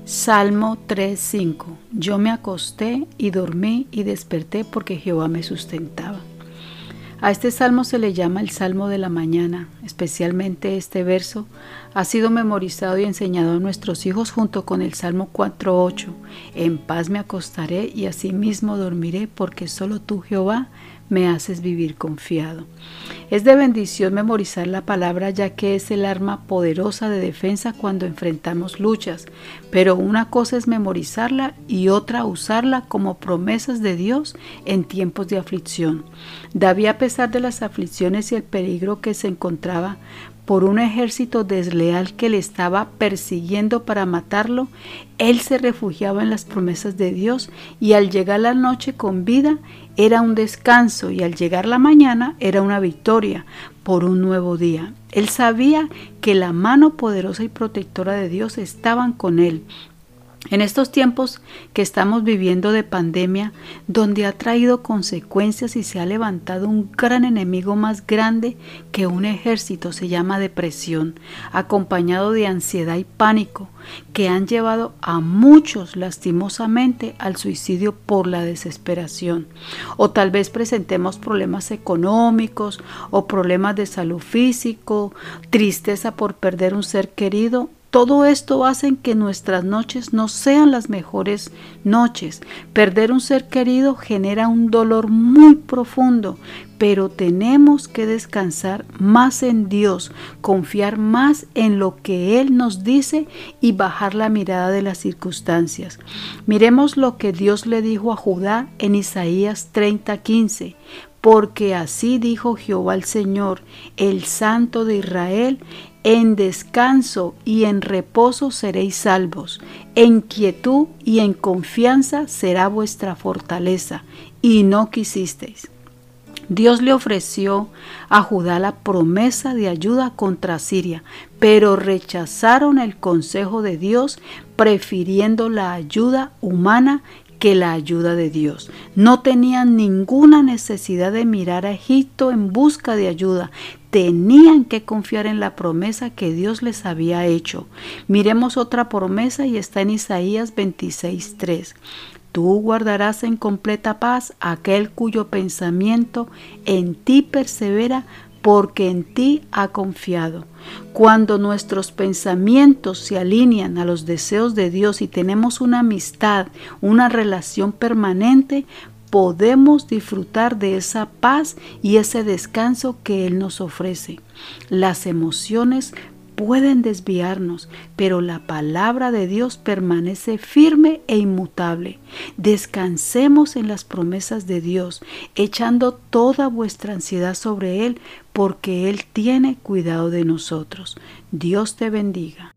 Salmo 3:5. Yo me acosté y dormí y desperté porque Jehová me sustentaba. A este salmo se le llama el Salmo de la mañana. Especialmente este verso ha sido memorizado y enseñado a nuestros hijos junto con el Salmo 4:8. En paz me acostaré y asimismo dormiré porque solo tú, Jehová, me haces vivir confiado. Es de bendición memorizar la palabra, ya que es el arma poderosa de defensa cuando enfrentamos luchas, pero una cosa es memorizarla y otra usarla como promesas de Dios en tiempos de aflicción. David, a pesar de las aflicciones y el peligro que se encontraba por un ejército desleal que le estaba persiguiendo para matarlo, él se refugiaba en las promesas de Dios, y al llegar la noche con vida era un descanso, y al llegar la mañana era una victoria por un nuevo día. Él sabía que la mano poderosa y protectora de Dios estaban con él. En estos tiempos que estamos viviendo de pandemia, donde ha traído consecuencias y se ha levantado un gran enemigo más grande que un ejército, se llama depresión, acompañado de ansiedad y pánico, que han llevado a muchos lastimosamente al suicidio por la desesperación. O tal vez presentemos problemas económicos o problemas de salud físico, tristeza por perder un ser querido. Todo esto hace que nuestras noches no sean las mejores noches. Perder un ser querido genera un dolor muy profundo, pero tenemos que descansar más en Dios, confiar más en lo que Él nos dice y bajar la mirada de las circunstancias. Miremos lo que Dios le dijo a Judá en Isaías 30:15. Porque así dijo Jehová el Señor, el Santo de Israel: en descanso y en reposo seréis salvos, en quietud y en confianza será vuestra fortaleza, y no quisisteis. Dios le ofreció a Judá la promesa de ayuda contra Siria, pero rechazaron el consejo de Dios, prefiriendo la ayuda humana que la ayuda de Dios. No tenían ninguna necesidad de mirar a Egipto en busca de ayuda. Tenían que confiar en la promesa que Dios les había hecho. Miremos otra promesa y está en Isaías 26:3. Tú guardarás en completa paz aquel cuyo pensamiento en ti persevera, porque en ti ha confiado. Cuando nuestros pensamientos se alinean a los deseos de Dios y tenemos una amistad, una relación permanente, podemos disfrutar de esa paz y ese descanso que Él nos ofrece. Las emociones pueden desviarnos, pero la palabra de Dios permanece firme e inmutable. Descansemos en las promesas de Dios, echando toda vuestra ansiedad sobre Él, porque Él tiene cuidado de nosotros. Dios te bendiga.